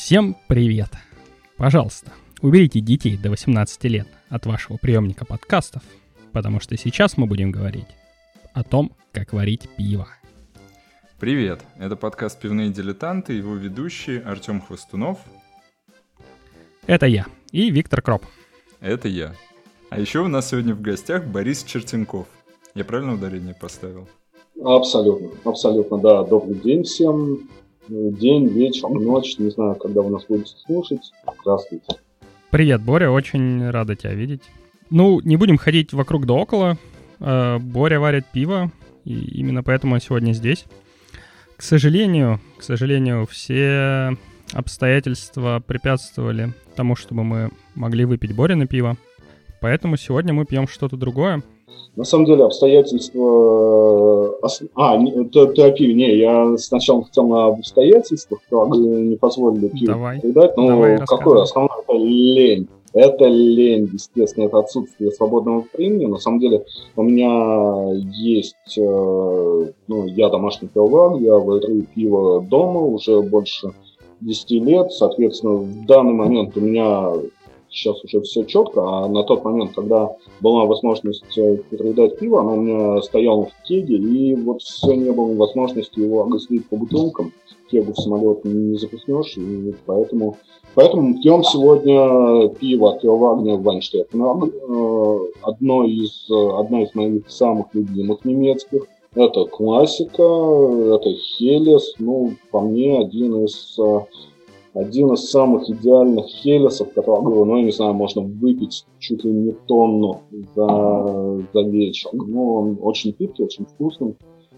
Всем привет! Пожалуйста, уберите детей до 18 лет от вашего приемника подкастов, потому что сейчас мы будем говорить о том, как варить пиво. Привет! Это подкаст «Пивные дилетанты», его ведущие Артем Хвостунов. Это я и Виктор Кроп. Это я. А еще у нас сегодня в гостях Борис Чертенков. Я правильно ударение поставил? Абсолютно, да. Добрый день всем. День, вечер, ночь, не знаю, когда вы нас будете слушать. Здравствуйте. Привет, Боря, очень рада тебя видеть. Ну, не будем ходить вокруг да около. Боря варит пиво, и именно поэтому он сегодня здесь. К сожалению, все обстоятельства препятствовали тому, чтобы мы могли выпить Борина пиво. Поэтому сегодня мы пьем что-то другое. На самом деле обстоятельства... Ты о пиве. Не, я сначала хотел на обстоятельствах, которые не позволили пиво передать. Но какое основное? Это лень. Это лень, естественно, это отсутствие свободного времени. На самом деле у меня есть... я домашний пивовар, я варю пиво дома уже больше 10 лет. Соответственно, в данный момент у меня... Сейчас уже все четко, а на тот момент, когда была возможность передать пиво, оно у меня стояло в кеге, и вот все не было возможности его огрузить по бутылкам. Кегу в самолет не запихнешь, и поэтому пьем сегодня пиво от пивоварни Вайнштефен. Одна из моих самых любимых немецких. Это классика, это Хелес, по мне, один из самых идеальных хелесов, которого, можно выпить чуть ли не тонну за вечер. Он очень питкий, очень вкусный.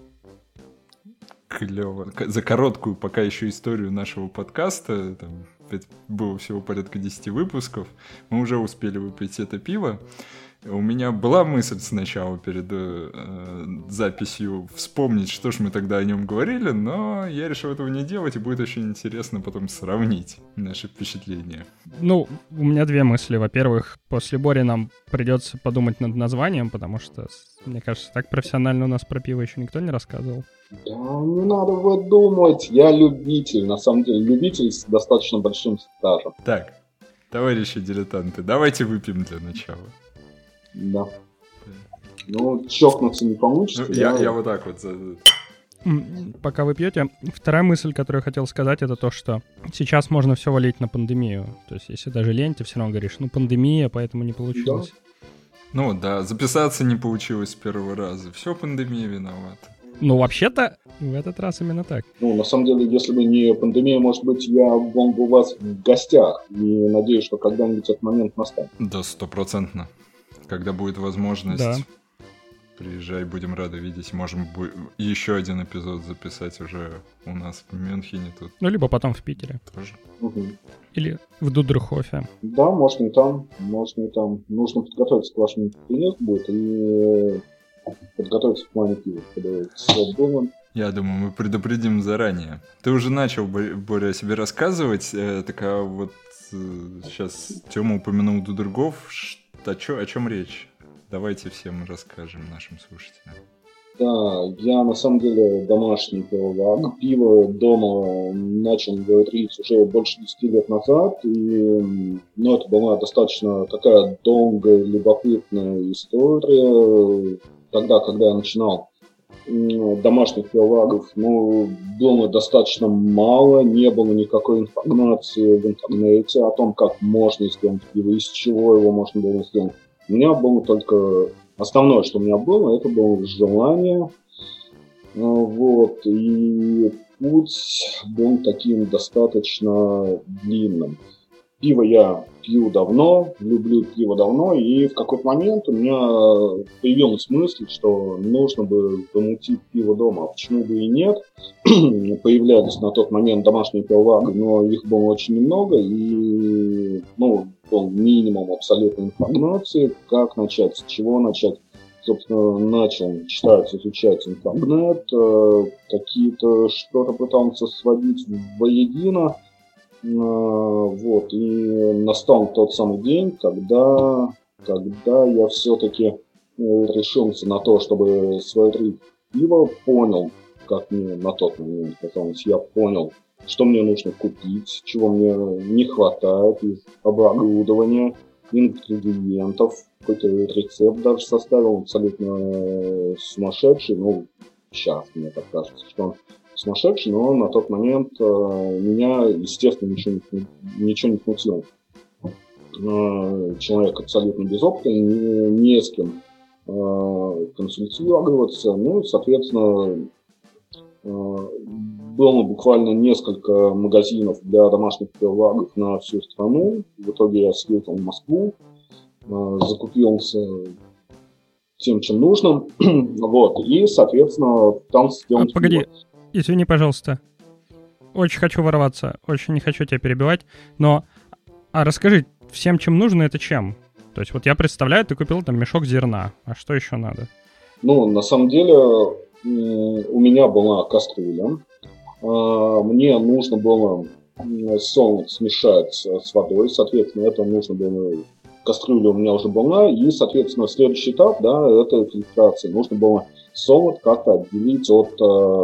Клево. За короткую пока еще историю нашего подкаста, там было всего порядка 10 выпусков, мы уже успели выпить это пиво. У меня была мысль сначала перед записью вспомнить, что ж мы тогда о нем говорили, но я решил этого не делать, и будет очень интересно потом сравнить наши впечатления. У меня две мысли. Во-первых, после Бори нам придется подумать над названием, потому что, мне кажется, так профессионально у нас про пиво еще никто не рассказывал. Да, не надо выдумывать. Я любитель, на самом деле, любитель с достаточно большим стажем. Так, товарищи дилетанты, давайте выпьем для начала. Да. Чокнуться не получится. Я вот так вот. Пока вы пьете, вторая мысль, которую я хотел сказать, это то, что сейчас можно все валить на пандемию. То есть, если даже лень, ты все равно говоришь, пандемия, поэтому не получилось. Да, записаться не получилось с первого раза. Все, пандемия виновата. Вообще-то, в этот раз именно так. На самом деле, если бы не пандемия, может быть, я был бы у вас в гостях. И надеюсь, что когда-нибудь этот момент настанет. Да, 100%. Когда будет возможность, приезжай, будем рады видеть. Можем еще один эпизод записать уже у нас в Мюнхене тут. Либо потом в Питере. Тоже. Угу. Или в Дудрухофе. Да, можно и там. Нужно подготовиться к вашему приезду будет и подготовиться к плане пива. Я думаю, мы предупредим заранее. Ты уже начал, Боря, о себе рассказывать. Сейчас Тёма упомянул Дудергоф. О чем речь? Давайте всем расскажем нашим слушателям. Да, я на самом деле домашний пивовар. Пиво дома начал варить уже больше 10 лет назад. И, это была достаточно такая долгая, любопытная история. Тогда, когда я начинал домашних пивоваров, было достаточно мало, не было никакой информации в интернете о том, как можно сделать пиво, из чего его можно было сделать. У меня было только... Основное, что у меня было, это было желание. И путь был таким достаточно длинным. Пиво я пью давно, люблю пиво давно, и в какой-то момент у меня появилась мысль, что нужно бы замутить пиво дома, а почему бы и нет. Появлялись на тот момент домашние пивовары, но их было очень немного, и был минимум абсолютной информации, как начать, с чего начать. Собственно, начал читать, изучать интернет, что-то пытался сводить воедино. И настал тот самый день, когда я все-таки решился на то, чтобы сварить пиво, понял, как мне на тот момент казалось, я понял, что мне нужно купить, чего мне не хватает из оборудования, ингредиентов, какой-то рецепт даже составил, абсолютно сумасшедший, ну, сейчас мне так кажется, что он сумасшедший, но на тот момент меня, естественно, ничего не смутило. Человек абсолютно без опыта, не с кем консультироваться, ну, соответственно, было буквально несколько магазинов для домашних пивоваров на всю страну. В итоге я съездил в Москву, закупился тем, чем нужно, вот, и, соответственно, там сделал... Погоди, извини, пожалуйста. Очень хочу ворваться, очень не хочу тебя перебивать, но... А расскажи, всем, чем нужно, это чем? То есть вот я представляю, ты купил там мешок зерна, а что еще надо? Ну, на самом деле, у меня была кастрюля, мне нужно было солод смешать с водой, соответственно, это нужно было... Кастрюля у меня уже была, и, соответственно, следующий этап, да, это фильтрация. Нужно было солод как-то отделить от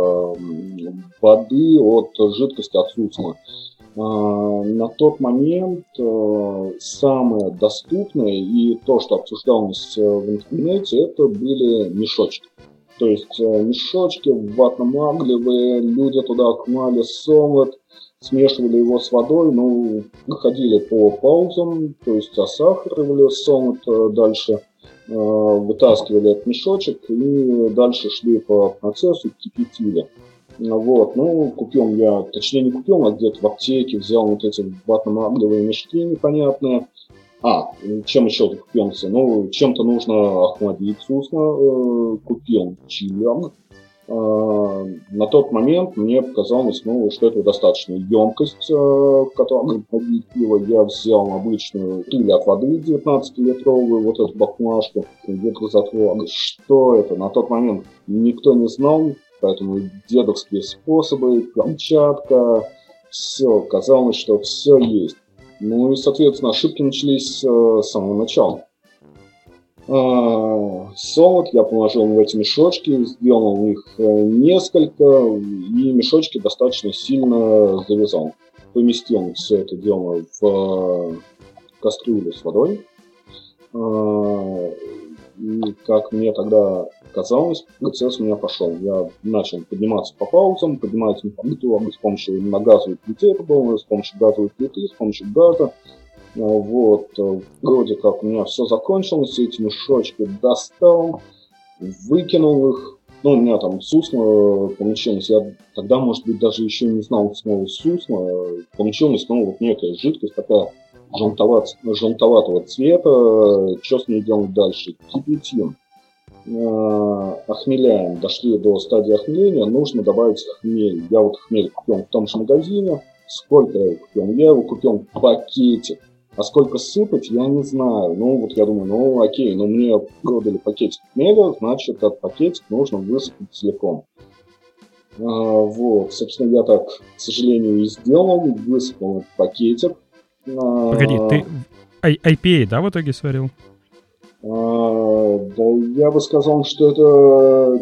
воды, от жидкости, от сусла. На тот момент самое доступное и то, что обсуждалось в интернете, это были мешочки. То есть мешочки ватно-маглевые, люди туда клали солод, смешивали его с водой, ну, ходили по паузам, то есть осахаривали солод дальше, вытаскивали этот мешочек и дальше шли по процессу, кипятили. Вот, ну, купил я, точнее не купил, а где-то в аптеке взял вот эти ватно-маглевые мешки непонятные. Чем еще купился? Ну, чем-то нужно охладить сусла, купил чиллер. На тот момент мне показалось, ну, что это достаточно емкость, в которой побить пиво. Я взял обычную туль от воды 19-литровую, вот эту баклажку, ветрозатвор. Что это? На тот момент никто не знал, поэтому дедовские способы, камчатка, все, казалось, что все есть. Ну и, соответственно, ошибки начались с самого начала. Солод я положил в эти мешочки, сделал их несколько, и мешочки достаточно сильно завязал. Поместил все это дело в кастрюлю с водой. И, как мне тогда казалось, процесс у меня пошел. Я начал подниматься по паузам, поднимать температуру с помощью на газовой плите, это было, с помощью газовой плиты, с помощью газа. Вот, вроде как у меня все закончилось, эти мешочки достал, выкинул их. Ну, у меня там сусло получилось, я тогда, может быть, даже еще не знал слова сусло. Получилась, ну, вот некая жидкость такая желтоватого цвета. Что с ней делать дальше? Кипятим. Охмеляем. Дошли до стадии охмеления, нужно добавить хмель. Я вот хмель купил в том же магазине. Сколько я его купил? Я его купил в пакетик. А сколько сыпать, я не знаю. Ну, вот я думаю, ну, окей, но мне продали пакетик хмеля, значит, этот пакетик нужно высыпать целиком. Вот, собственно, я так, к сожалению, и сделал. Высыпал этот пакетик. Погоди, ты IPA, да, в итоге сварил? Да, я бы сказал, что это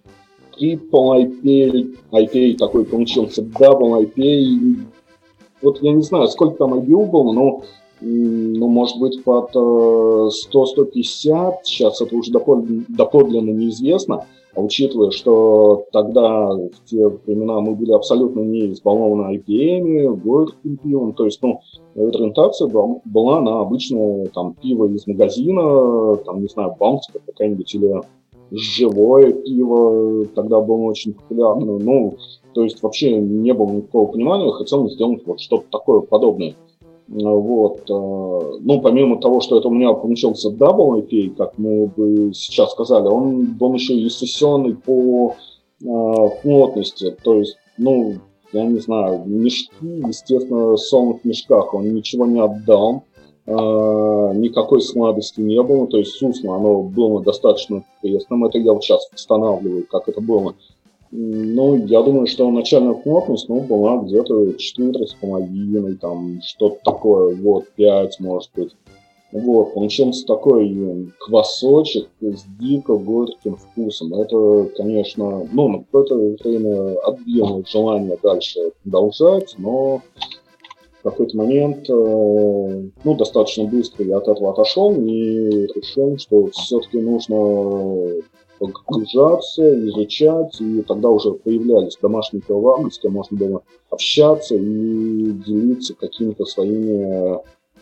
Triple IPA такой получился, Double IPA. Вот я не знаю, сколько там IBU было, но может быть, под 100-150, сейчас это уже доподлинно неизвестно, а учитывая, что тогда, в те времена, мы были абсолютно не избалованы IPA-ми, горьким пивом, то есть, ну, ориентация была на обычное там пиво из магазина, там, не знаю, Балтика какая-нибудь, или живое пиво, тогда было очень популярно, ну, то есть, вообще не было никакого понимания, хотел сделать вот что-то такое подобное. Вот. Ну, помимо того, что это у меня получился Double IPA, как мы бы сейчас сказали, он был еще и сессионный по плотности. То есть, ну, я не знаю, мешки, естественно, солод в мешках, он ничего не отдал, никакой сладости не было. То есть, сусло, оно было достаточно пресным. Это я вот сейчас восстанавливаю, как это было. Ну, я думаю, что начальная плотность, ну, была где-то 4,5, там, что-то такое, вот, 5, может быть. Вот, получился такой квасочек с дико горьким вкусом. Это, конечно, на какое-то время отбило желание дальше продолжать, но в какой-то момент, достаточно быстро я от этого отошел и решил, что все-таки нужно погружаться, изучать, и тогда уже появлялись домашние пивовары, с кем можно было общаться и делиться какими-то своими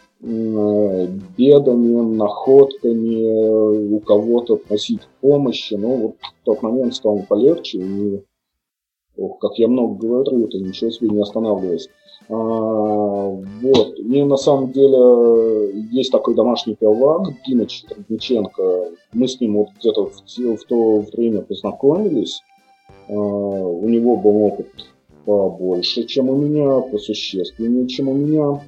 бедами, находками, у кого-то просить помощи. В тот момент стало полегче, и, как я много говорю, это ничего себе не останавливалось. И на самом деле есть такой домашний пивовар, Димыч Трудниченко. Мы с ним где-то в то время познакомились. У него был опыт побольше, чем у меня, посущественнее, чем у меня.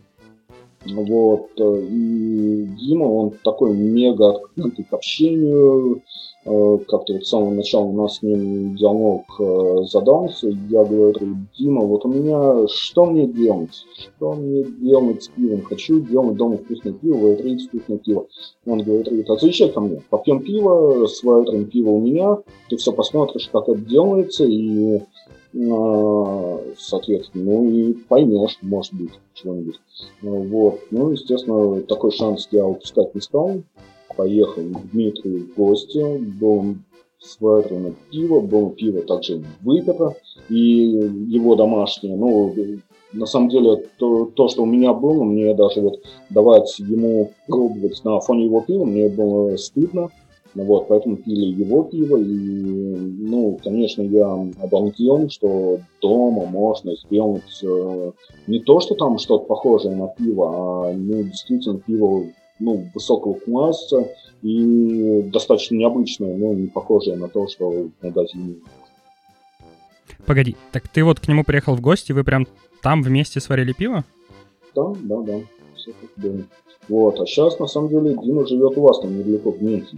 И Дима, он такой мега открытый к общению. Как-то с самого начала у нас с ним диалог задался. Я говорю: Дима, у меня что мне делать? Что мне делать с пивом? Хочу делать дома вкусное пиво, варить вкусное пиво. Он говорит: а заезжай ко мне, попьем пиво, сварим пиво у меня, ты все посмотришь, как это делается, и соответственно, и поймешь, может быть, чего-нибудь. Естественно, такой шанс я упускать не стал. Поехал к Дмитрию в гости, было сварено пиво, было пиво также выпито, и его домашнее. На самом деле, то, что у меня было, мне даже давать ему пробовать на фоне его пива, мне было стыдно. Поэтому пили его пиво, и, конечно, я обалдел, что дома можно сделать не то, что там что-то похожее на пиво, а действительно пиво высокого класса и достаточно необычное, но не похожее на то, что в магазине. Погоди, так ты к нему приехал в гости, вы прям там вместе сварили пиво? Да, все так было. А сейчас, на самом деле, Дима живет у вас там недалеко, в Мюнхене.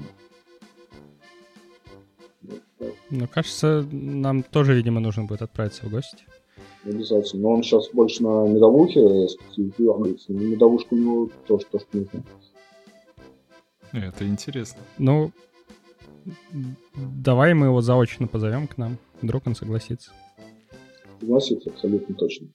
Кажется, нам тоже, видимо, нужно будет отправиться в гости. Обязательно. Но он сейчас больше на медовухе специализируется. Медовушку у него тоже нужно. Это интересно. Давай мы его заочно позовем к нам. Вдруг он согласится. Согласится, абсолютно точно.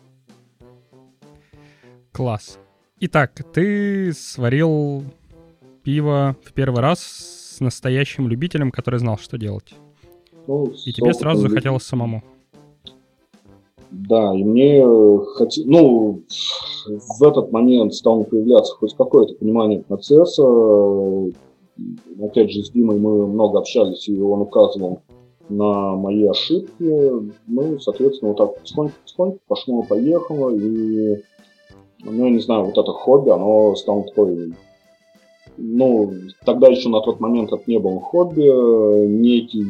Класс. Итак, ты сварил пиво в первый раз с настоящим любителем, который знал, что делать. И тебе сразу захотелось самому. Да, и мне в этот момент стало появляться хоть какое-то понимание процесса. Опять же, с Димой мы много общались, и он указывал на мои ошибки. Соответственно, так потихоньку пошло-поехало, и, я не знаю, это хобби, оно стало такой... тогда еще на тот момент это не было хобби, некий,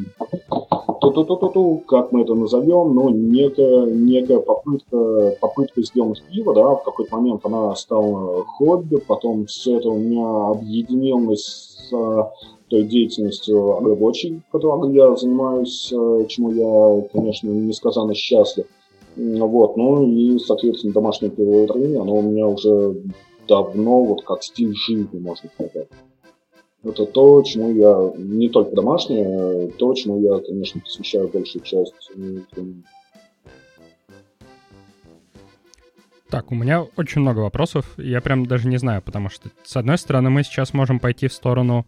как мы это назовем, некая попытка сделать пиво, да, в какой-то момент она стала хобби, потом все это у меня объединилось с той деятельностью рабочей, которой я занимаюсь, чему я, конечно, несказанно счастлив. И, соответственно, домашнее пивоварение, оно у меня уже давно как стиль жизни, можно сказать. Это то, чему я, не только домашнее, то, чему я, конечно, посвящаю большую часть времени. Так, у меня очень много вопросов, я прям даже не знаю, потому что, с одной стороны, мы сейчас можем пойти в сторону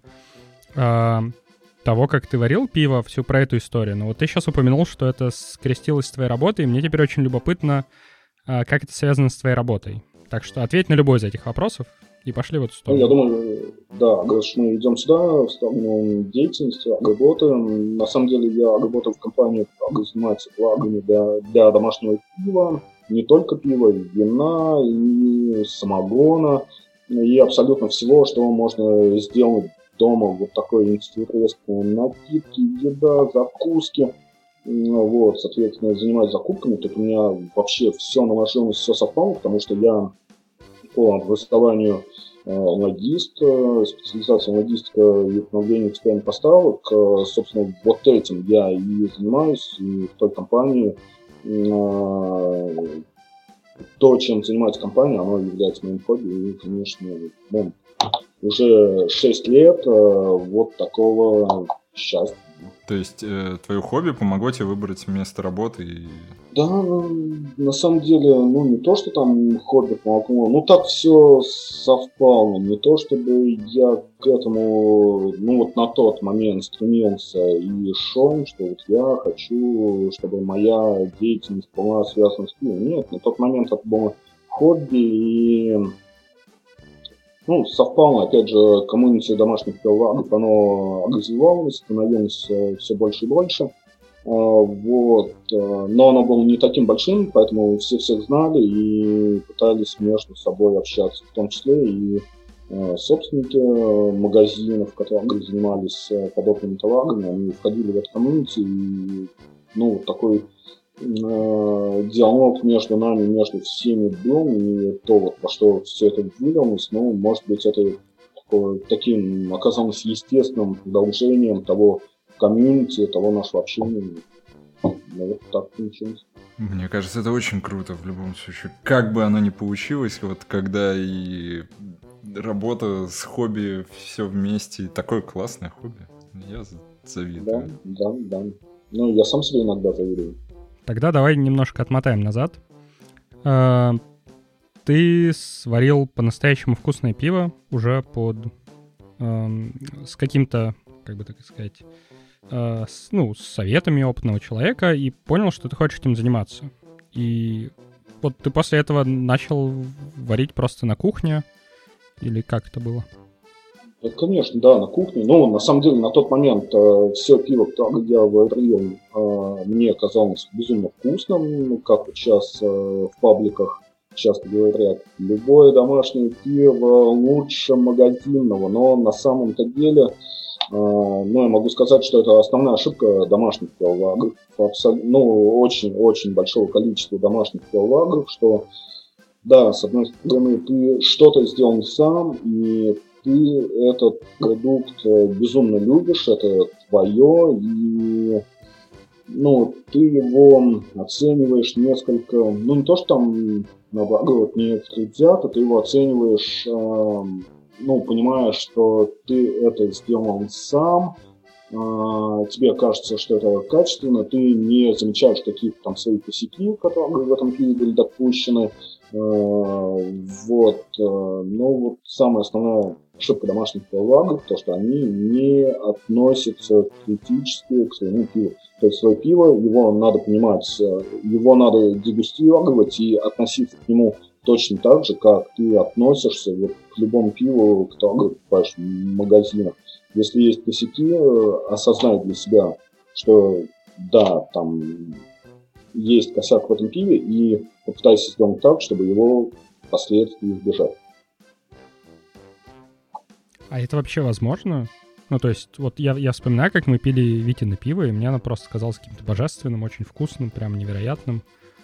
того, как ты варил пиво, всю про эту историю. Но ты сейчас упомянул, что это скрестилось с твоей работой, и мне теперь очень любопытно, как это связано с твоей работой. Так что ответь на любой из этих вопросов и пошли в эту сторону. Я думаю, да, раз мы идем сюда, в сторону деятельности, работы. На самом деле я работаю в компании, которая занимается благами для домашнего пива. Не только пива, и вина, и самогона, и абсолютно всего, что можно сделать дома. Такой интересный напитки, еда, закуски. Соответственно, занимаюсь закупками. Тут у меня вообще все наложилось, все совпало, потому что я по образованию логист, специализация логистика и управление экспертных поставок. Собственно, этим я и занимаюсь, и в той компании то, чем занимается компания, оно является моим хобби. И, конечно, уже 6 лет вот такого счастья. То есть твое хобби помогло тебе выбрать место работы? Да, на самом деле, не то, что там хобби помогло, так все совпало. Не то, чтобы я к этому, на тот момент стремился и шел, что вот я хочу, чтобы моя деятельность была связана с пивом. Нет, на тот момент это было хобби и... совпало, опять же, комьюнити домашних пивоваров, оно развивалось, становилось все больше и больше. Вот. Но оно было не таким большим, поэтому все всех знали и пытались между собой общаться. В том числе и собственники магазинов, которые занимались подобными товарами, они входили в это комьюнити. И такой диалог между нами, между всеми был, и то, вот, во что все это вылилось, может быть, это таким оказалось естественным продолжением того комьюнити, того нашего общения. Вот так получилось. Мне кажется, это очень круто в любом случае. Как бы оно ни получилось, вот когда и работа с хобби, все вместе, такое классное хобби. Я завидую. Да. Я сам себе иногда завидую. Тогда давай немножко отмотаем назад. Ты сварил по-настоящему вкусное пиво уже с каким-то, как бы так сказать, с советами опытного человека и понял, что ты хочешь этим заниматься. И вот ты после этого начал варить просто на кухне? Или как это было? Конечно, да, на кухне. На самом деле, на тот момент все пиво, которое я варил, мне казалось безумно вкусным. Как вот сейчас в пабликах часто говорят, любое домашнее пиво лучше магазинного. Но на самом-то деле, я могу сказать, что это основная ошибка домашних пивоваров. Очень-очень большого количества домашних пивоваров, что, да, с одной стороны, ты что-то сделал сам, и ты этот продукт безумно любишь, это твое, и ты его оцениваешь несколько, не то, что там, наоборот, не предвзято, ты его оцениваешь, понимаешь, что ты это сделал сам, тебе кажется, что это качественно, ты не замечаешь какие-то там свои косяки, которые в этом пиве были допущены. Самая основная ошибка домашних пивоваров, то, что они не относятся критически к своему пиву. То есть свое пиво, его надо понимать, его надо дегустировать и относиться к нему точно так же, как ты относишься к любому пиву, которое ты покупаешь в магазинах. Если есть косяки, осознай для себя, что да, там есть косяк в этом пиве, и попытайся сделать так, чтобы его впоследствии избежать. А это вообще возможно? То есть, вот я вспоминаю, как мы пили Витино пиво, и мне оно просто казалось каким-то божественным, очень вкусным, прям невероятным.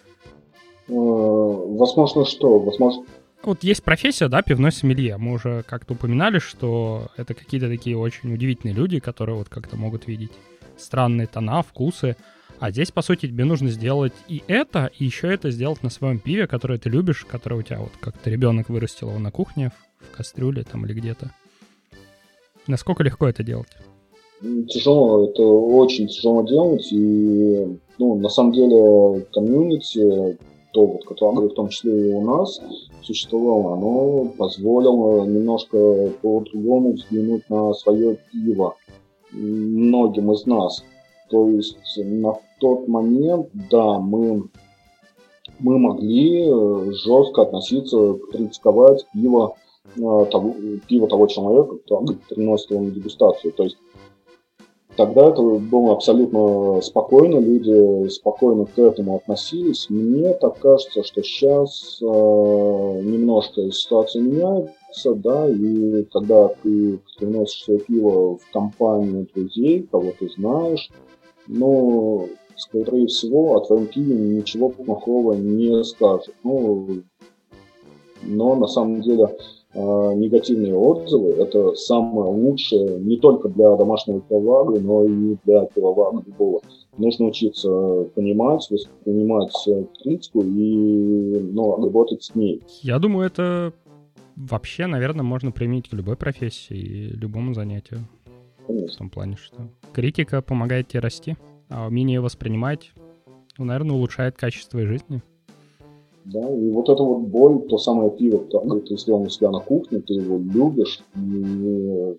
Возможно, что? Возможно... Вот есть профессия, да, пивной сомелье. Мы уже как-то упоминали, что это какие-то такие очень удивительные люди, которые вот как-то могут видеть странные тона, вкусы. А здесь, по сути, тебе нужно сделать и это, и еще это сделать на своем пиве, которое ты любишь, которое у тебя вот как-то ребенок вырастил его на кухне, в кастрюле там или где-то. Насколько легко это делать? Тяжело, это очень тяжело делать, и, на самом деле, комьюнити, то, вот, которое в том числе и у нас существовало, оно позволило немножко по-другому взглянуть на свое пиво многим из нас. То есть на тот момент, да, мы могли жестко относиться, критиковать пиво того человека, который приносит его на дегустацию. То есть тогда это было абсолютно спокойно, люди спокойно к этому относились. Мне так кажется, что сейчас немножко ситуация меняется, да, и когда ты приносишь свое пиво в компанию друзей, кого ты знаешь, скорее всего, о твоем пиве ничего плохого не скажут. Но на самом деле негативные отзывы. Это самое лучшее не только для домашнего пивовара, но и для пивовара любого. Нужно учиться понимать, воспринимать критику и работать с ней. Я думаю, это вообще, наверное, можно применить к любой профессии и любому занятию. Конечно. В том плане, что критика помогает тебе расти, а умение воспринимать, наверное, улучшает качество жизни. Да, и вот эта вот боль, то самое пиво, если он у себя на кухне, ты его любишь, и,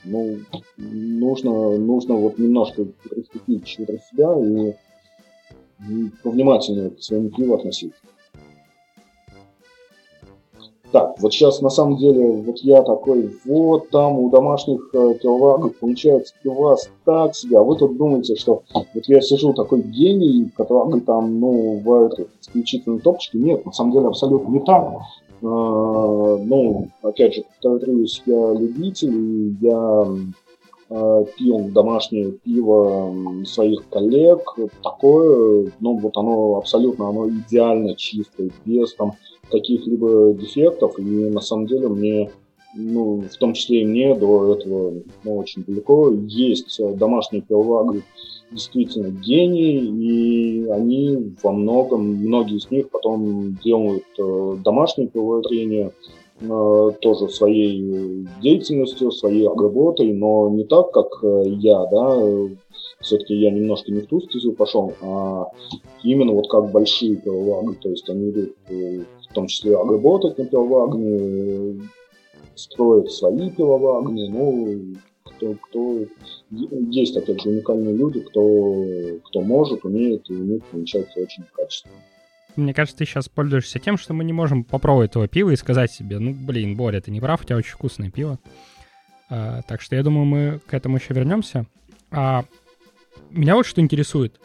нужно вот немножко приступить через себя и повнимательнее к своему пиву относиться. Так, вот сейчас на самом деле вот я такой, вот там у домашних пивоваров получается пивас так себе, а вы тут думаете, что вот я сижу такой гений, который там, в исключительно топчике. Нет, на самом деле абсолютно не так. Опять же, повторюсь, я любитель, я пил домашнее пиво своих коллег, такое, оно абсолютно, оно идеально чистое, без там каких-либо дефектов, и на самом деле мне, в том числе и мне до этого очень далеко, есть домашние пивовары действительно гении, и они во многом, многие из них потом делают домашнее пивоварение, тоже своей деятельностью, своей работой, но не так, как я, да, все-таки я немножко не в ту стезю пошел, а именно вот как большие пивовары, то есть они идут в том числе работать на пивоварне, строят свои пивоварни, кто есть, опять же, уникальные люди, кто может, умеет, и у них получается очень качественно. Мне кажется, ты сейчас пользуешься тем, что мы не можем попробовать этого пива и сказать себе, Боря, ты не прав, у тебя очень вкусное пиво. Так что я думаю, мы к этому еще вернемся. Меня вот что интересует.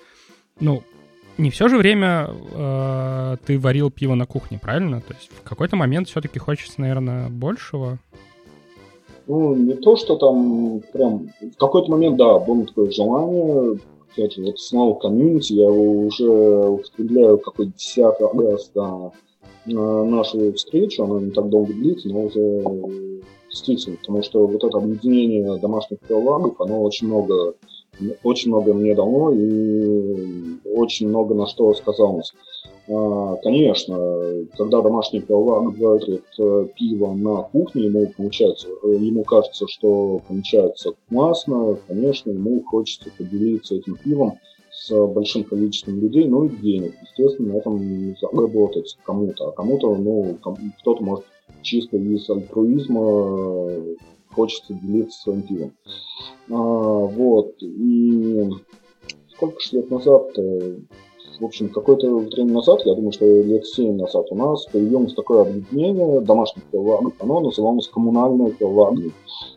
Не все же время ты варил пиво на кухне, правильно? То есть в какой-то момент все-таки хочется, наверное, большего? Не то, что там прям... В какой-то момент, да, было такое желание. Опять же, вот снова комьюнити, я его уже употребляю какой-то 10-й раз на нашу встречу, она не так долго длится, но уже действительно, потому что вот это объединение домашних пивоваров, оно очень много мне дало и очень много на что сказалось. Конечно, когда домашний пивовар варит пиво на кухне, ему кажется, что получается классно, конечно, ему хочется поделиться этим пивом с большим количеством людей, и денег, естественно, на этом заработать кому-то, а кому-то, кто-то может чисто из альтруизма хочется делиться своим пивом. И сколько же лет назад, в общем, какое-то время назад, я думаю, что лет 7 назад, у нас появилось такое объединение домашних пивоваров, оно называлось коммунальное пивоварни.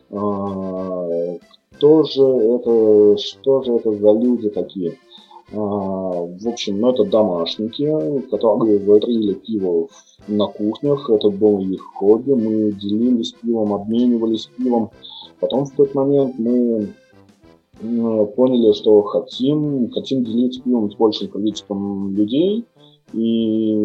Что же это за люди такие? В общем, это домашники, которые варили пиво на кухнях, это было их хобби, мы делились пивом, обменивались пивом. Потом в какой-то момент мы поняли, что хотим делиться пивом с большим количеством людей, и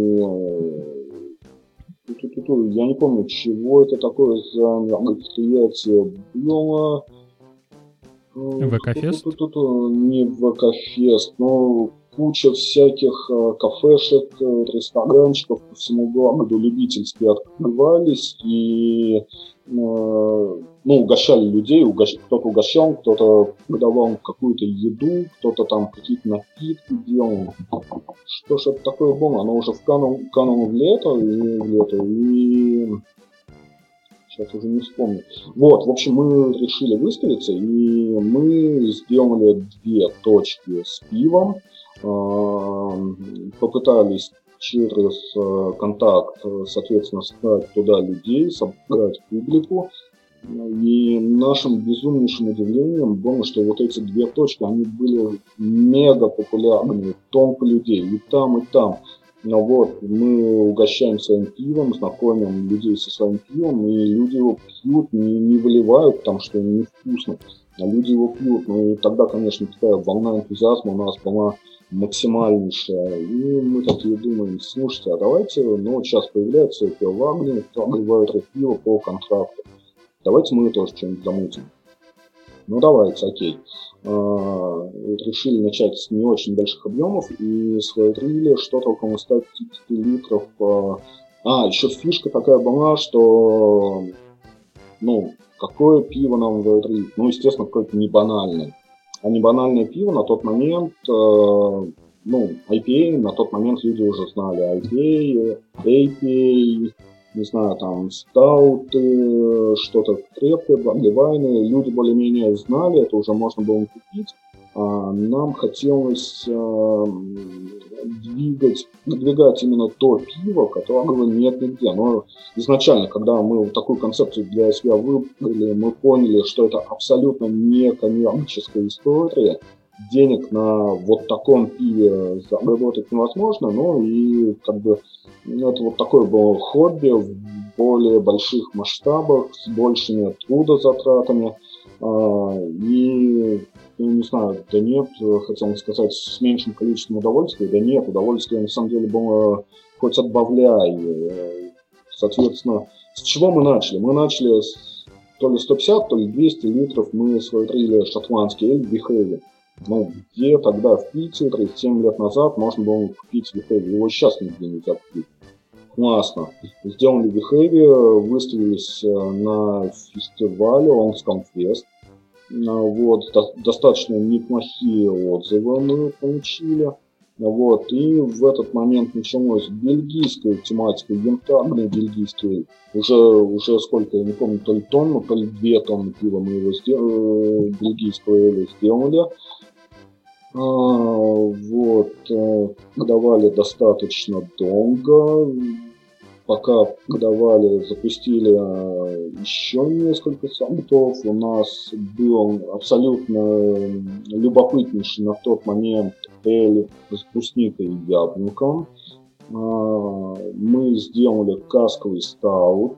я не помню, чего это такое за мероприятие было. ВК-фест? Не ВК-фест, но куча всяких кафешек, ресторанчиков по всему городу любительски открывались и угощали людей, кто-то угощал, кто-то продавал какую-то еду, кто-то там какие-то напитки делал. Что ж это такое было? Оно уже кануло в лето, и сейчас уже не вспомню. Вот, в общем, мы решили выставиться, и мы сделали 2 точки с пивом, попытались через контакт, соответственно, собрать туда людей, собрать публику. И нашим безумнейшим удивлением было, что вот эти 2 точки, они были мега популярны, толпы людей и там, и там. Но вот мы угощаем своим пивом, знакомим людей со своим пивом, и люди его пьют, не выливают, потому что невкусно, а люди его пьют. И тогда, конечно, такая волна энтузиазма у нас была максимальнейшая. И мы такие думаем, слушайте, а давайте, ну, сейчас появляется пивоварня, торговое пиво по контракту. Давайте мы тоже что-нибудь замутим. Ну, давайте, окей. Решили начать с не очень больших объемов и схватили что-то около 150 литров. Еще фишка такая была, что, ну, какое пиво нам выдают? Ну, естественно, какое-то не банальное. А не банальное пиво на тот момент, IPA, на тот момент люди уже знали IPA, APA, не знаю, там, стауты, что-то крепкое, баклевайны, люди более-менее знали, это уже можно было купить. Нам хотелось двигать именно то пиво, которого нет нигде. Но изначально, когда мы такую концепцию для себя выбрали, мы поняли, что это абсолютно не коммерческая история. Денег на вот таком пиве заработать невозможно, но и как бы это вот такое было хобби в более больших масштабах, с большими трудозатратами. И, не знаю, да нет, хотел сказать, с меньшим количеством удовольствия. Да нет, удовольствие на самом деле было хоть отбавляй. Соответственно, с чего мы начали? Мы начали с то ли 150, то ли 200 литров мы сварили шотландский эль Бихеви. Ну, где тогда в Питере 7 лет назад можно было купить Бихеви? Его сейчас нигде нельзя купить. Классно. Сделали Бихеви, выставились на фестивале Лонгском Фест. Вот, достаточно неплохие отзывы мы получили. Вот, и в этот момент началась бельгийская тематика, янтарный бельгийский. Уже сколько, я не помню, то ли тонну, то ли 2 тонны пива мы его бельгийского эля сделали. Вот, продавали достаточно долго. Пока продавали, запустили еще несколько сортов. У нас был абсолютно любопытнейший на тот момент эль с брусникой и яблоком. Мы сделали касковый стаут.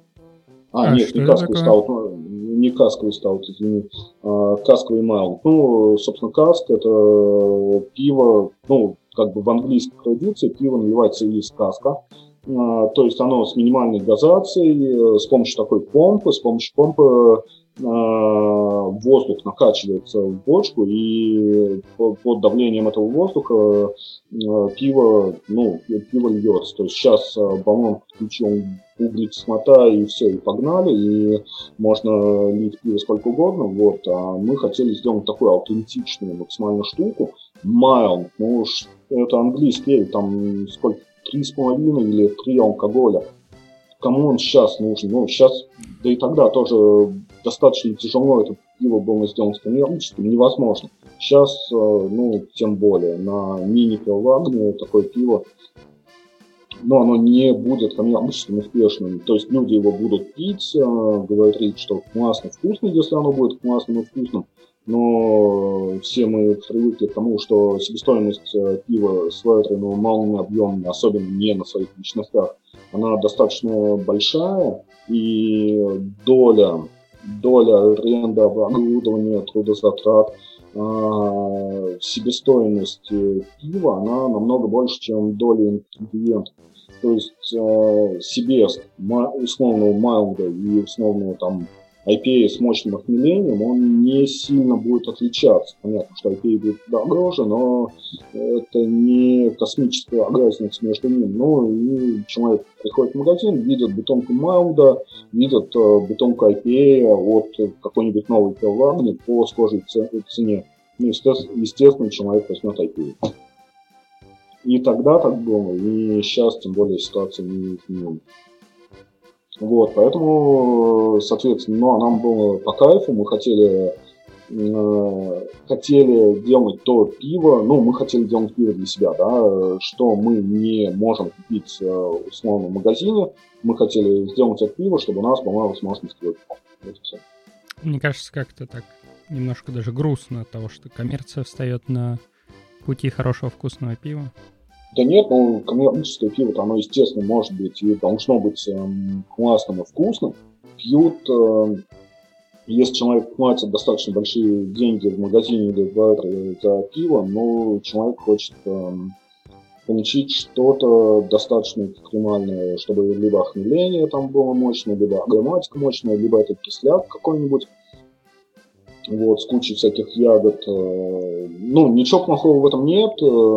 Не касковый стаут, извини. Касковый майл. Ну, собственно, каск — это пиво, ну, как бы в английской традиции пиво наливается из каска. То есть оно с минимальной газацией, с помощью такой помпы, воздух накачивается в бочку, и под давлением этого воздуха пиво льется. То есть сейчас баллон подключил угли кислота, и все, и погнали, и можно лить пиво сколько угодно. Вот. А мы хотели сделать такую аутентичную максимально штуку. Майл, ну, это английский, там сколько? 3,5 или 3 алкоголя. Кому он сейчас нужен? Ну, сейчас, да и тогда тоже достаточно тяжело это пиво было сделать коммерческим, невозможно. Сейчас, тем более, на мини-пивоварне такое пиво, но оно не будет коммерческим успешным. То есть люди его будут пить, говорить, что классно, вкусно, если оно будет классным и вкусным. Но все мы привыкли к тому, что себестоимость пива с выращенными малыми объемами, особенно не на своих мощностях, она достаточно большая, и доля аренды оборудования, трудозатрат, себестоимости пива, она намного больше, чем доля ингредиентов. То есть себе условного майлда и условного там IPA с мощным охмелением, он не сильно будет отличаться. Понятно, что IPA будет дороже, но это не космическая разница между ними. Ну и человек приходит в магазин, видит бутылку Маунда, видит бутылку IPA от какой-нибудь новой пивоварни по схожей цене. Ну, естественно, человек возьмет IPA. И тогда так было, и сейчас, тем более, ситуация не изменилась. Вот, поэтому, соответственно, нам было по кайфу, мы хотели делать то пиво, мы хотели делать пиво для себя, да, что мы не можем купить условно в магазине, мы хотели сделать это пиво, чтобы у нас была возможность выпить. Вот и все. Мне кажется, как-то так немножко даже грустно от того, что коммерция встает на пути хорошего вкусного пива. Да нет, коммерческое пиво, оно, естественно, может быть и должно быть классным и вкусным. Пьют Если человек платит достаточно большие деньги в магазине или в баре за пиво, но человек хочет получить что-то достаточно экстремальное, чтобы либо охмеление там было мощное, либо ароматика мощная, либо это кисляк какой-нибудь, вот, с кучей всяких ягод. Ну, ничего плохого в этом нет,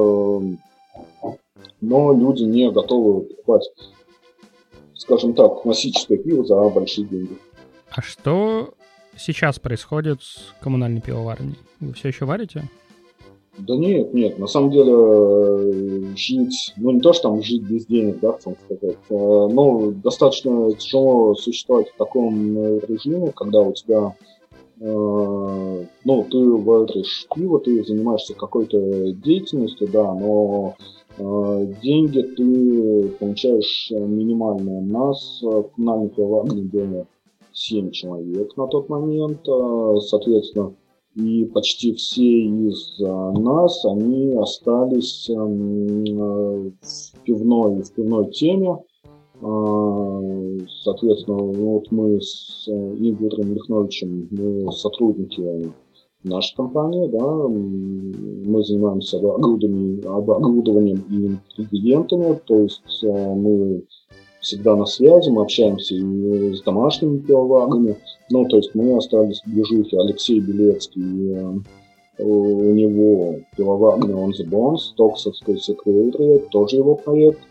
но люди не готовы покупать, скажем так, классическое пиво за большие деньги. А что сейчас происходит с коммунальной пивоварней? Вы все еще варите? Да нет, на самом деле жить, ну не то, что там жить без денег, да, так сказать, но достаточно тяжело существовать в таком режиме, когда у тебя, ну, ты варишь пиво, ты занимаешься какой-то деятельностью, да, но деньги ты получаешь минимальные. У нас в коммунальной пивоварне было 7 человек на тот момент, соответственно, и почти все из нас, они остались в пивной теме. Соответственно, вот мы с Игорем Лихновичем, мы сотрудники нашей компании, да, мы занимаемся оборудованием и ингредиентами, то есть мы всегда на связи, мы общаемся и с домашними пивоварами. Ну, то есть мы остались в движухе. Алексей Белецкий, у него пивоварня On The Bones, Токсовская секретарь, тоже его проект.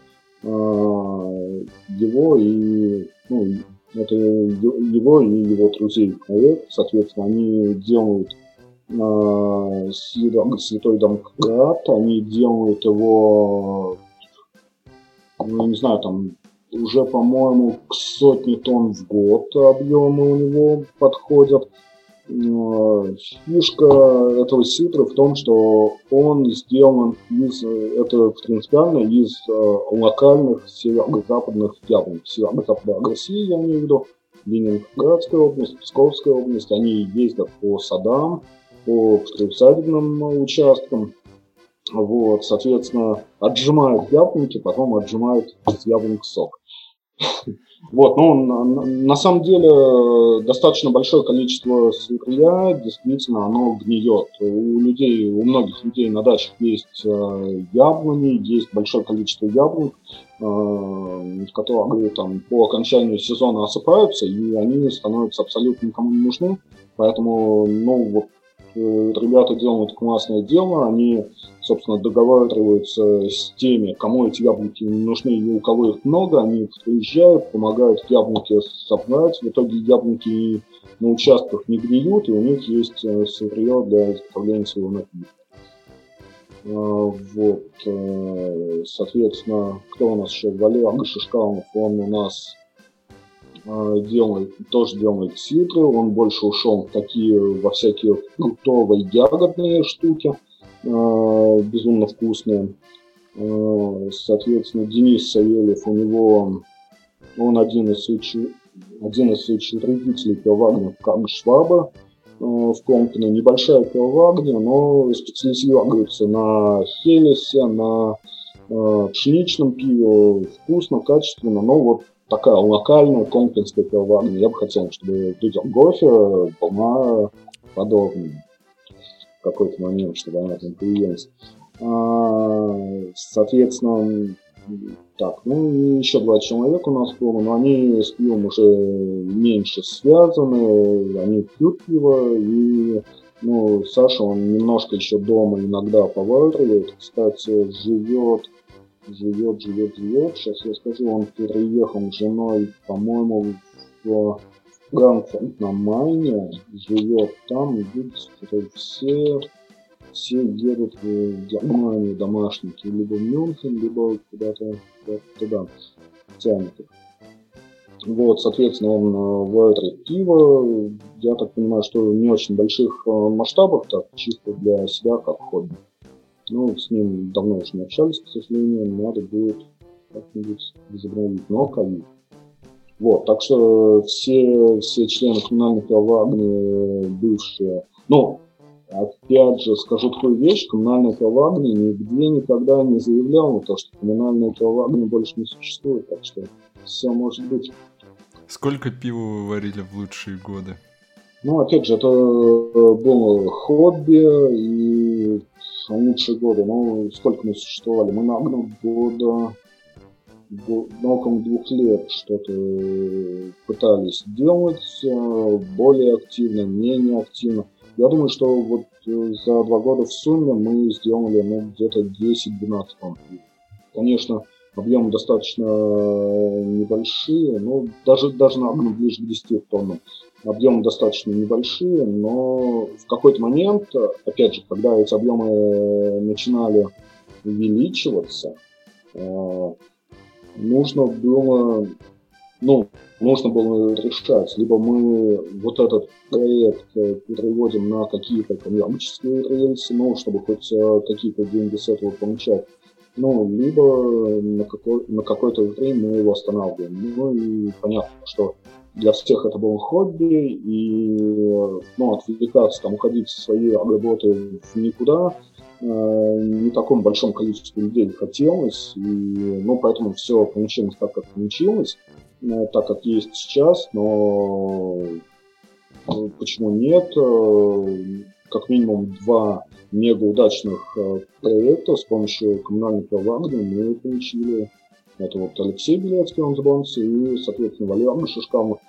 Его и его друзей проект. Соответственно, они делают Святой Домкрат, они делают его, ну, не знаю, там, уже, по-моему, к 100 тонн в год объемы у него подходят. Фишка этого сидра в том, что он сделан это принципиально из локальных северо-западных яблок. Северо-западная Россия, я имею в виду, Ленинградская область, Псковская область. Они ездят по садам, по приусадебным участкам. Вот, соответственно, отжимают яблоки, потом отжимают из яблок сок. Вот, ну, на самом деле, достаточно большое количество сырья, действительно, оно гниет. У многих людей на дачах есть яблони, есть большое количество яблок, которые там по окончанию сезона осыпаются, и они становятся абсолютно никому не нужны. Поэтому, ну, вот, ребята делают классное дело, они, собственно, договариваются с теми, кому эти яблоки не нужны и у кого их много, они их приезжают, помогают яблоки собрать, в итоге яблоки на участках не гниют, и у них есть сырье для изготовления своего напитка. Вот, соответственно, кто у нас еще? Валерий Шишканов, он у нас тоже делает сидры, он больше ушел во всякие фруктовые ягодные штуки, безумно вкусные. Соответственно, Денис Савельев, он один из учредителей пивоварни Карл Шваба в Компине. Небольшая пивоварня, но специализируется на хелесе, на пшеничном пиве, вкусно, качественно, но вот такая локальная компинская пивоварня. Я бы хотел, чтобы Дюссельдорфе была подобная в какой-то момент, чтобы она там появилась. Соответственно, так, ну еще 2 человека у нас было, но они с пивом уже меньше связаны, они пьют пиво, и ну, Саша, он немножко еще дома иногда поваривает, кстати, живет. Сейчас я скажу, он переехал с женой, по-моему, в Франкфурт на Майне, живет там, и видите, все едут в Германию домашники, либо в Мюнхен, либо куда-то туда тянет. Вот, соответственно, он варит пиво, я так понимаю, что в не очень больших масштабах, так, чисто для себя, как хобби. Ну, с ним давно уже не общались, к сожалению, надо будет как-нибудь возобновить, но ковид. Вот, так что все члены коммунальной пивоварни бывшие, ну, опять же, скажу такую вещь, коммунальная пивоварня нигде никогда не заявляла, то, что коммунальная пивоварня больше не существует, так что все может быть. Сколько пива вы варили в лучшие годы? Ну, опять же, это было хобби, и лучшие годы, ну, сколько мы существовали? Мы на года около 2 лет что-то пытались делать, более активно, менее активно. Я думаю, что вот за 2 года в сумме мы сделали, ну, где-то 10-12 тонн. Конечно, объемы достаточно небольшие, ну, даже на огне ближе к 10 тоннам. Объемы достаточно небольшие, но в какой-то момент, опять же, когда эти объемы начинали увеличиваться, нужно было решать, либо мы вот этот проект переводим на какие-то коммерческие рельсы, ну, чтобы хоть какие-то деньги с этого получать, ну, либо на какое-то время мы его останавливаем. Ну, и понятно, что для всех это было хобби, и, ну, отвлекаться, там, уходить со своей работы в никуда, не такому большому количеству людей хотелось, и, ну, поэтому все получилось так, как получилось, так, как есть сейчас, но почему нет? Как минимум 2 мегаудачных проекта с помощью коммунальных провайдеров мы получили. Это вот Алексей Белецкий, он забонс, и, соответственно, Валерий Шишканов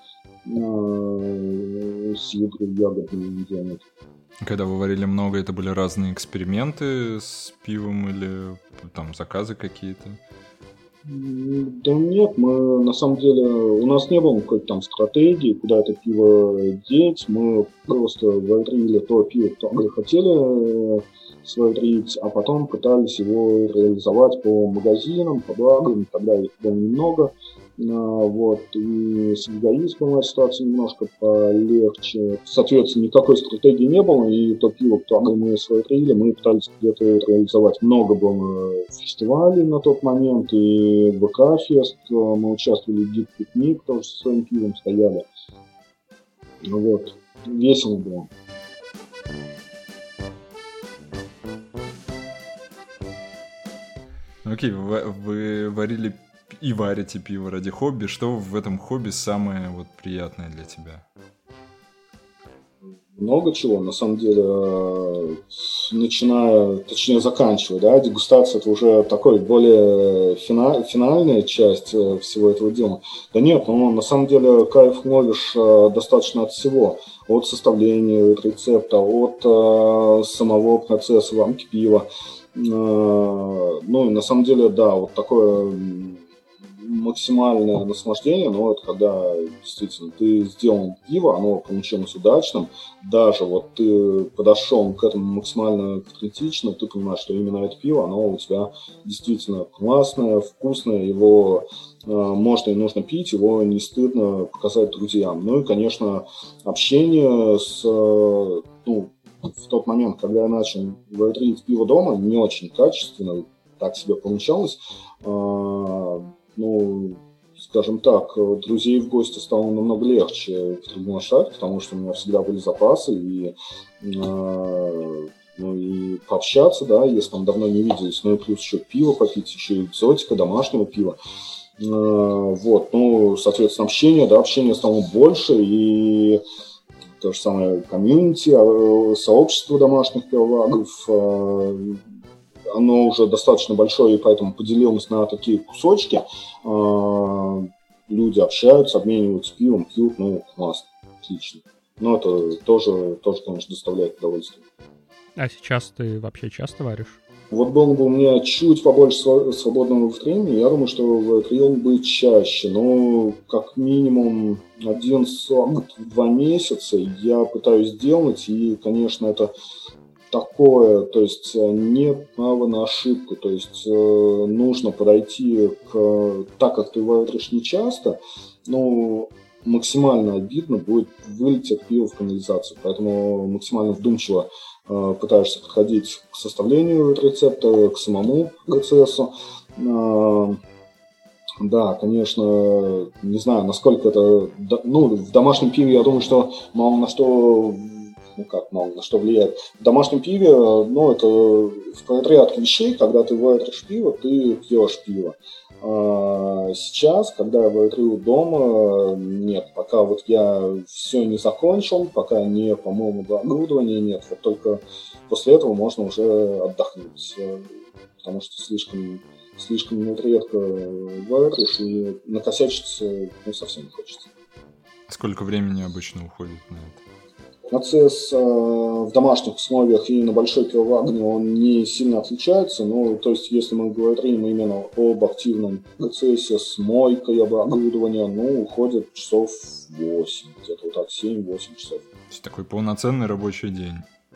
с Югрой Ягодными делают. Когда вы варили много, это были разные эксперименты с пивом или там заказы какие-то? Да нет, мы на самом деле, у нас не было какой-то там стратегии, куда это пиво деть, мы просто варили то пиво, которое хотели сварить, а потом пытались его реализовать по магазинам, по барам, тогда их было немного. Вот, и с эгоизмом ситуация немножко полегче. Соответственно, никакой стратегии не было, и то пиво, которое мы сварили, мы пытались где-то реализовать. Много было фестивалей на тот момент, и ВК-фест, мы участвовали в Гид-пикник, тоже со своим пивом стояли. Вот, весело было. Окей, вы варили и варите пиво ради хобби. Что в этом хобби самое вот приятное для тебя? Много чего, на самом деле, заканчивая, да, дегустация — это уже такой более финальная часть всего этого дела. Да нет, ну, на самом деле, кайф ловишь достаточно от всего. От составления рецепта, от самого процесса варки пива. Ну, и на самом деле, да, вот такое максимальное наслаждение, но это когда действительно ты сделал пиво, оно получилось удачным, даже вот ты подошел к этому максимально критично, ты понимаешь, что именно это пиво, оно у тебя действительно классное, вкусное, его можно и нужно пить, его не стыдно показать друзьям. Ну и, конечно, общение с, ну, в тот момент, когда я начал варить пиво дома, не очень качественно, так себе получалось. Ну, скажем так, друзей в гости стало намного легче приглашать, потому что у меня всегда были запасы, и, ну, и пообщаться, да, если там давно не виделись, ну и плюс еще пиво попить, еще и экзотика, домашнего пива. Вот, ну, соответственно, общение стало больше, и то же самое комьюнити, сообщество домашних пивоваров, оно уже достаточно большое, и поэтому поделилось на такие кусочки. Люди общаются, обмениваются пивом, пьют, ну, классно, отлично. Но это тоже, конечно, доставляет удовольствие. А сейчас ты вообще часто варишь? Вот было бы у меня чуть побольше свободного времени, я думаю, что варил бы чаще, но как минимум 1-2 месяца я пытаюсь делать, и, конечно, это такое, то есть нет права на ошибку, то есть нужно подойти так как ты варишь не часто, ну, максимально обидно будет вылететь пиво в канализацию, поэтому максимально вдумчиво пытаешься подходить к составлению рецепта, к самому процессу. Да, конечно, не знаю, насколько это, ну, в домашнем пиве, я думаю, что мало на что влияет. В домашнем пиве, ну, это в порядке вещей, когда ты варишь пиво, ты пьешь пиво. Сейчас, когда я варю дома, нет, пока вот я все не закончил, пока не, по-моему, оборудования нет, вот только после этого можно уже отдохнуть, потому что слишком редко варишь, и накосячиться совсем не хочется. Сколько времени обычно уходит на это? Процесс в домашних условиях и на большой пивоварне он не сильно отличается. Ну, то есть, если мы говорим именно об активном процессе с мойкой оборудования, уходит часов 8, где-то вот так, 7-8 часов. То есть такой полноценный рабочий день.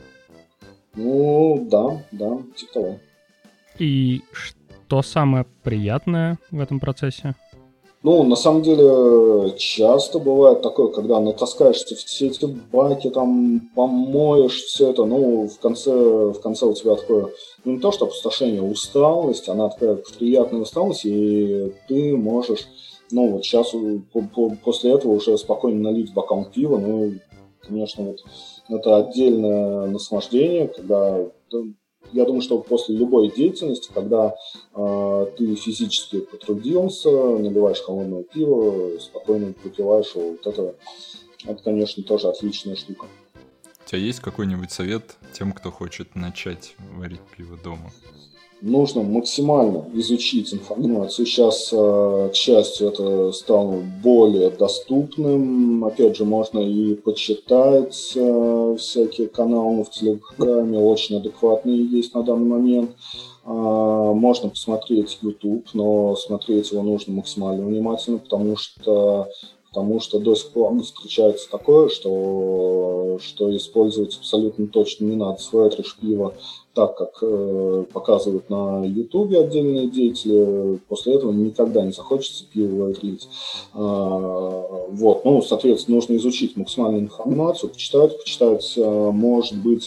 Да, типа того. И что самое приятное в этом процессе? На самом деле, часто бывает такое, когда натаскаешься все эти баки, там, помоешь все это, в конце у тебя такое, не то что опустошение, усталость, она такая приятная усталость, и ты можешь, вот сейчас после этого уже спокойно налить бокал пива, конечно, вот это отдельное наслаждение, когда... Я думаю, что после любой деятельности, когда ты физически потрудился, наливаешь холодное пиво, спокойно выпиваешь его, это, конечно, тоже отличная штука. У тебя есть какой-нибудь совет тем, кто хочет начать варить пиво дома? Нужно максимально изучить информацию. Сейчас, к счастью, это стало более доступным. Опять же, можно и почитать всякие каналы в Телеграме, очень адекватные есть на данный момент. Можно посмотреть YouTube, но смотреть его нужно максимально внимательно, потому что до сих пор встречается такое, что использовать абсолютно точно не надо. Сваришь пиво так, как показывают на YouTube отдельные деятели, после этого никогда не захочется пиво варить. Соответственно, нужно изучить максимальную информацию, почитать, может быть,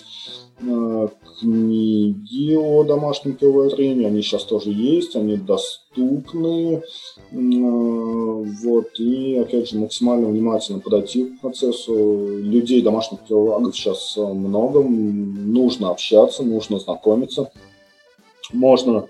книги о домашнем пивоварении, они сейчас тоже есть, они доступны, и, опять же, максимально внимательно подойти к процессу. Людей домашних пивоваров сейчас много, нужно общаться, нужно знакомиться. Можно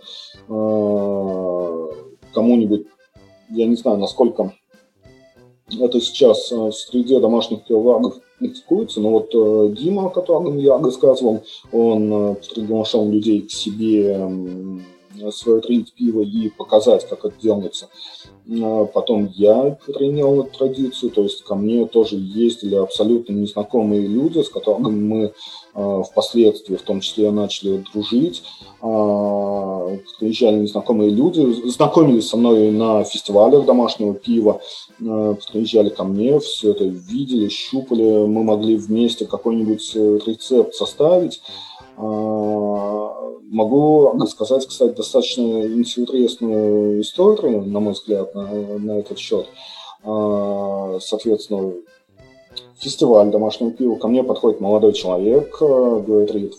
кому-нибудь, я не знаю, насколько это сейчас в среде домашних пивоваров практикуется, но Дима, о котором я рассказывал, он приглашал людей к себе сварить пиво и показать, как это делается. Потом я перенял эту традицию, то есть ко мне тоже ездили абсолютно незнакомые люди, с которыми мы впоследствии в том числе начали дружить. Приезжали незнакомые люди, знакомились со мной на фестивалях домашнего пива, приезжали ко мне, все это видели, щупали, мы могли вместе какой-нибудь рецепт составить. Могу рассказать, кстати, достаточно интересную историю, на мой взгляд, на этот счет. Соответственно, фестиваль домашнего пива, ко мне подходит молодой человек, говорит,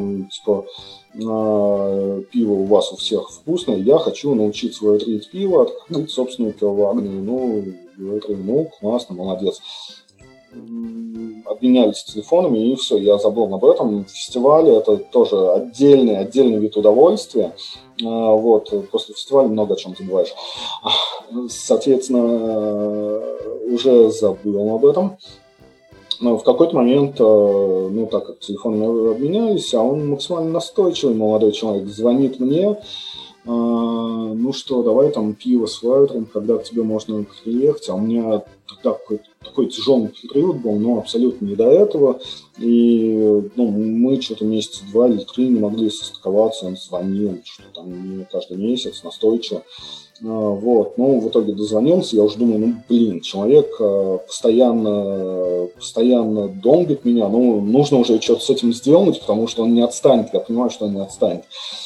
пиво у вас у всех вкусное, я хочу научиться варить пиво, открыть собственную пивоварню. Говорю, классно, молодец. Обменялись телефонами, и все, я забыл об этом. Фестивале это тоже отдельный вид удовольствия. После фестиваля много о чем забываешь. Соответственно, уже забыл об этом. Но в какой-то момент, так как телефонами обменялись, а он максимально настойчивый молодой человек, звонит мне, давай там пиво сварим, когда к тебе можно приехать, а у меня тогда такой тяжелый период был, абсолютно не до этого, и мы что-то месяца 2 или 3 не могли состыковаться, он звонил, что там не каждый месяц, настойчиво. В итоге дозвонился, я уже думаю, человек постоянно долбит меня, нужно уже что-то с этим сделать, потому что он не отстанет, я понимаю, что он не отстанет.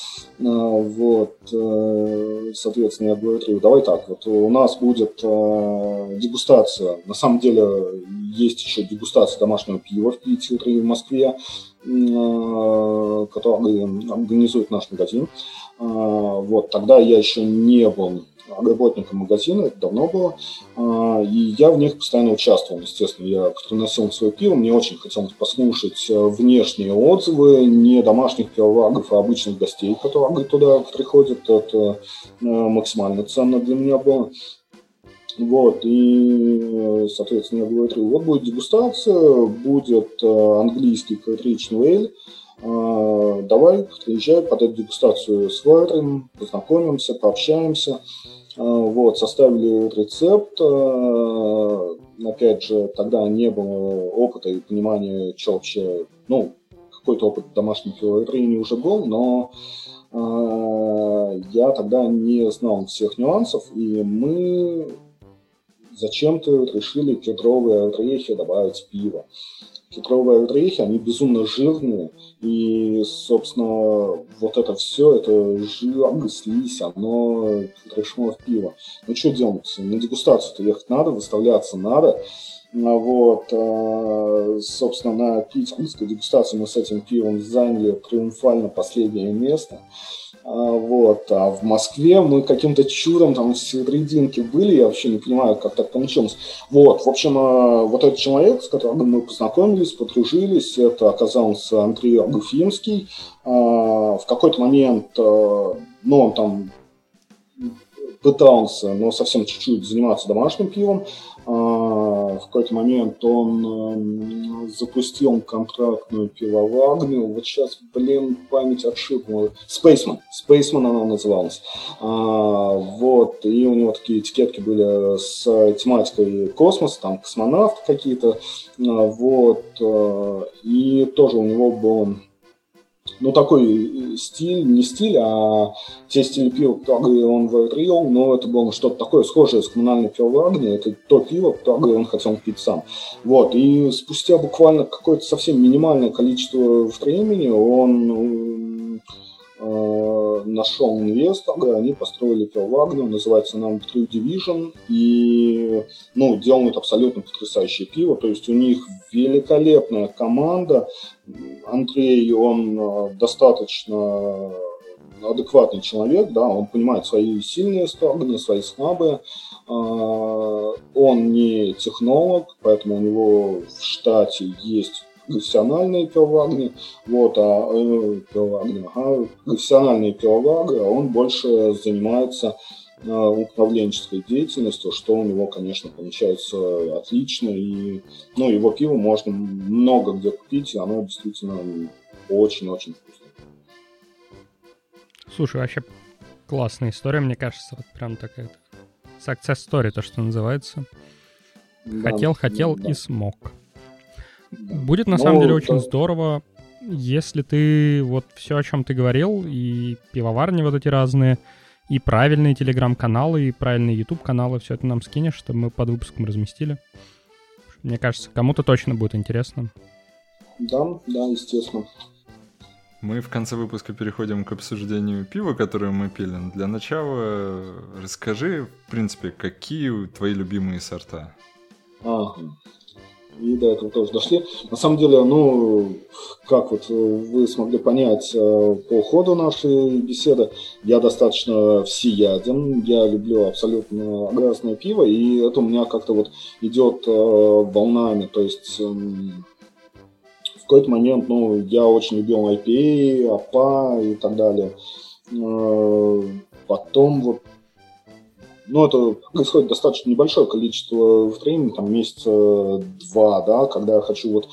Соответственно, я говорю, давай так, у нас будет дегустация, на самом деле есть еще дегустация домашнего пива в Питере и в Москве, который организует наш магазин. Тогда я еще не был работником магазина, это давно было, и я в них постоянно участвовал, естественно, я приносил свое пиво, мне очень хотелось послушать внешние отзывы, не домашних пивоваров, а обычных гостей, которые туда приходят, это максимально ценно для меня было. Вот, и, соответственно, я говорю, вот будет дегустация, будет английский коричневый эль, давай, приезжай, под эту дегустацию сварим, познакомимся, пообщаемся. Вот, составили рецепт. Опять же, тогда не было опыта и понимания, что вообще, ну, какой-то опыт домашнего пивоварения уже был, но я тогда не знал всех нюансов, и мы зачем-то решили кедровые орехи добавить в пиво. Кедровые орехи, они безумно жирные, и, собственно, вот это все, это жир, слизь, оно пришло в пиво. Ну, что делать? На дегустацию-то ехать надо, выставляться надо. Вот, собственно, на питерской дегустации мы с этим пивом заняли триумфально последнее место. Вот, а в Москве мы каким-то чудом там в серединке были, я вообще не понимаю, как так получилось. Вот, в общем, вот этот человек, с которым мы познакомились, подружились, это оказался Андрей Агуфимский. В какой-то момент, ну, он там пытался, но совсем чуть-чуть заниматься домашним пивом. В какой-то момент он запустил контрактную пивоварню. Вот сейчас, память отшибла. Spaceman она называлась. Вот, и у него такие этикетки были с тематикой космоса, там космонавты какие-то. Вот, и тоже у него был, ну, такой стиль, не стиль, а те стили пива, которые он варил, но это было что-то такое схожее с коммунальной пивоварней, это то пиво, которое он хотел пить сам. Вот, и спустя буквально какое-то совсем минимальное количество времени он нашел инвестора, они построили пивоварню, называется Number 3 Division, и, ну, делают абсолютно потрясающее пиво, то есть у них великолепная команда. Андрей, он достаточно адекватный человек, да, он понимает свои сильные стороны, свои слабые, он не технолог, поэтому у него в штате есть профессиональные пивоварни, вот, профессиональные пивовары, а он больше занимается управленческой деятельностью, что у него, конечно, получается отлично, и, ну, его пиво можно много где купить, и оно действительно очень-очень вкусное. Слушай, вообще классная история, мне кажется, вот прям такая success story, то, что называется. Да, хотел да. И смог. Будет на самом деле очень здорово, если ты вот все, о чем ты говорил, и пивоварни вот эти разные, и правильные телеграм-каналы, и правильные YouTube-каналы, все это нам скинешь, чтобы мы под выпуском разместили. Мне кажется, кому-то точно будет интересно. Да, естественно. Мы в конце выпуска переходим к обсуждению пива, которое мы пили. Для начала расскажи, в принципе, какие твои любимые сорта? И до этого тоже дошли. На самом деле, ну, как вот вы смогли понять по ходу нашей беседы, я достаточно всеяден, я люблю абсолютно разное пиво, и это у меня как-то вот идет волнами, то есть в какой-то момент, ну, я очень любил IPA, АПА и так далее. Потом вот, ну, это происходит достаточно небольшое количество времени, там, месяца 2, да, когда я хочу вот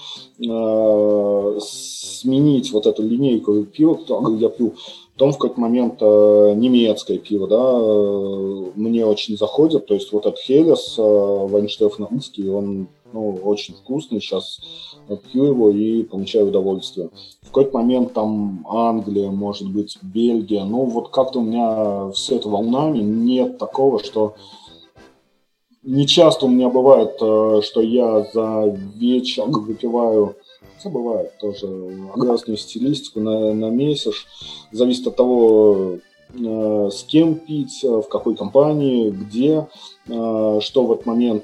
сменить вот эту линейку пива, которую я пью. Потом в какой-то момент немецкое пиво, да, мне очень заходит, то есть вот этот Хелес, Вайнштефен русский, он, ну, очень вкусный, сейчас пью его и получаю удовольствие. В какой-то момент там Англия, может быть, Бельгия, ну вот как-то у меня все это волнами, нет такого, что не часто у меня бывает, что я за вечер выпиваю, хотя бывает тоже разную стилистику намесишь, зависит от того, с кем пить, в какой компании, где, что в этот момент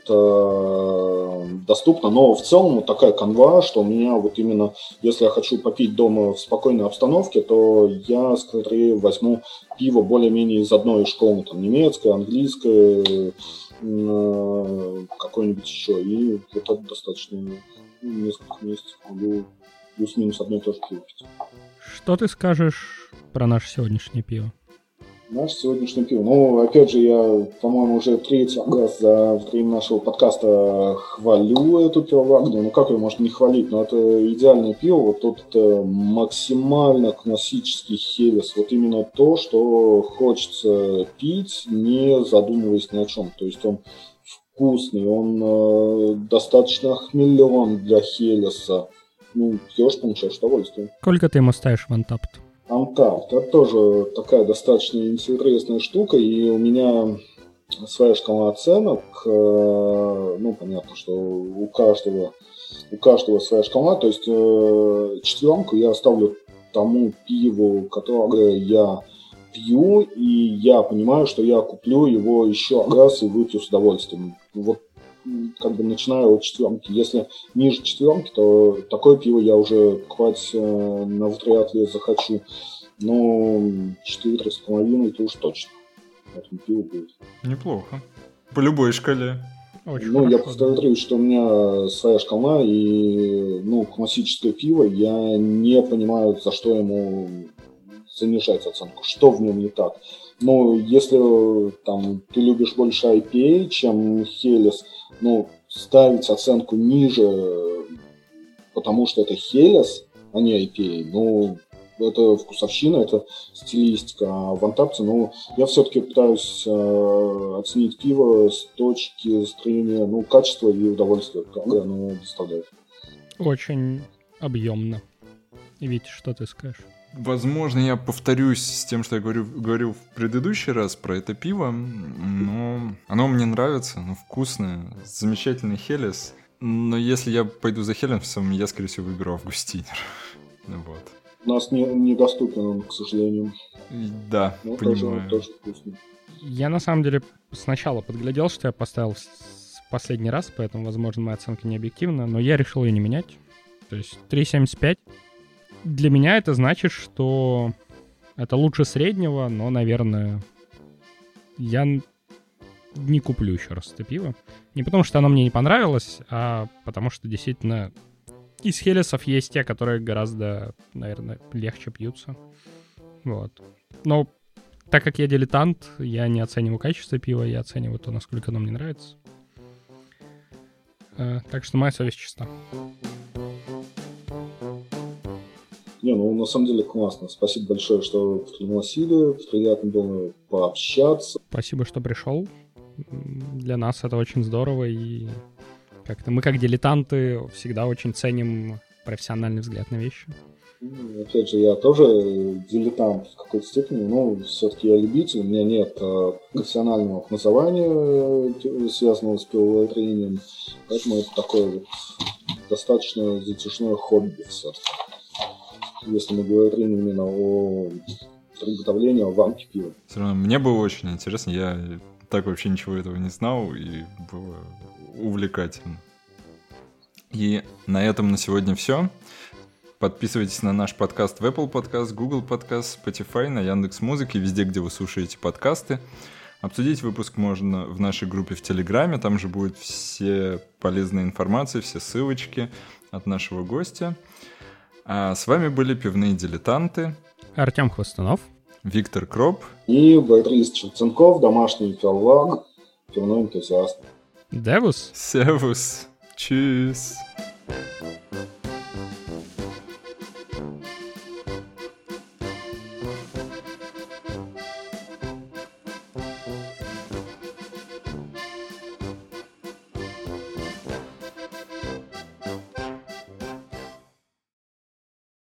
доступно. Но в целом вот такая канва, что у меня вот именно, если я хочу попить дома в спокойной обстановке, то я скорее возьму пиво более-менее из одной школы, там, немецкое, английское, какое-нибудь еще. И это достаточно несколько месяцев могу плюс-минус одно и то же пиво пить. Что ты скажешь про наше сегодняшнее пиво? Наше сегодняшнее пиво. Ну, опять же, я, по-моему, уже третий раз за время нашего подкаста хвалю эту пивоварню. Ну, как ее можно не хвалить? Но это идеальное пиво. Вот тут максимально классический хелес. Вот именно то, что хочется пить, не задумываясь ни о чем. То есть он вкусный, он достаточно хмелен для хелеса. Ну, пьешь, получаешь удовольствие. Сколько ты ему ставишь в Untappd? Untappd, это тоже такая достаточно интересная штука, и у меня своя шкала оценок. Ну, понятно, что у каждого своя шкала, то есть 4 я ставлю тому пиву, которое я пью, и я понимаю, что я куплю его еще раз и выпью с удовольствием. Вот как бы начинаю от 4. Если ниже 4, то такое пиво я уже покупать навряд ли захочу. Но 4,5 это уж точно. Этому пиву будет. Неплохо. По любой шкале. Очень хорошо, я повторюсь, что у меня своя шкала, и классическое пиво, я не понимаю, за что ему занижать оценку, что в нем не так. Но если там ты любишь больше IPA, чем Хелес, ставить оценку ниже, потому что это Хелес, а не IPA, это вкусовщина, это стилистика. А в Untappd, я все-таки пытаюсь оценить пиво с точки зрения, качества и удовольствия, которое оно доставляет. Очень объемно. И Витя, что ты скажешь? Возможно, я повторюсь с тем, что я говорил в предыдущий раз про это пиво, но оно мне нравится, оно вкусное, замечательный хелес. Но если я пойду за хелесом, я, скорее всего, выберу августинер. Вот. У нас недоступен он, к сожалению. Да, понимаю. Тоже вкусно. Я, на самом деле, сначала подглядел, что я поставил в последний раз, поэтому, возможно, моя оценка не объективна, но я решил ее не менять. То есть 3,75. Для меня это значит, что это лучше среднего, но, наверное, я не куплю еще раз это пиво. Не потому, что оно мне не понравилось, а потому что действительно из хелесов есть те, которые гораздо, наверное, легче пьются. Вот. Но так как я дилетант, я не оцениваю качество пива, я оцениваю то, насколько оно мне нравится. Так что моя совесть чиста. На самом деле классно. Спасибо большое, что пригласили. Приятно было пообщаться. Спасибо, что пришел. Для нас это очень здорово. И как-то мы, как дилетанты, всегда очень ценим профессиональный взгляд на вещи. Опять же, я тоже дилетант в какой-то степени, но все-таки я любитель. У меня нет профессионального образования, связанного с пивоварением. Поэтому это такое вот достаточно затяжное хобби все-таки. Если мы говорим именно о приготовлении, о варке пива. Все равно мне было очень интересно, я так вообще ничего этого не знал, и было увлекательно. И на этом на сегодня все. Подписывайтесь на наш подкаст в Apple Podcast, Google Podcast, Spotify, на Яндекс.Музыке, везде, где вы слушаете подкасты. Обсудить выпуск можно в нашей группе в Телеграме, там же будет все полезная информация, все ссылочки от нашего гостя. А с вами были пивные дилетанты Артем Хвостунов, Виктор Кроп и Борис Черценков, домашний пивовар, пивной энтузиаст. Девус. Сервус. Чус.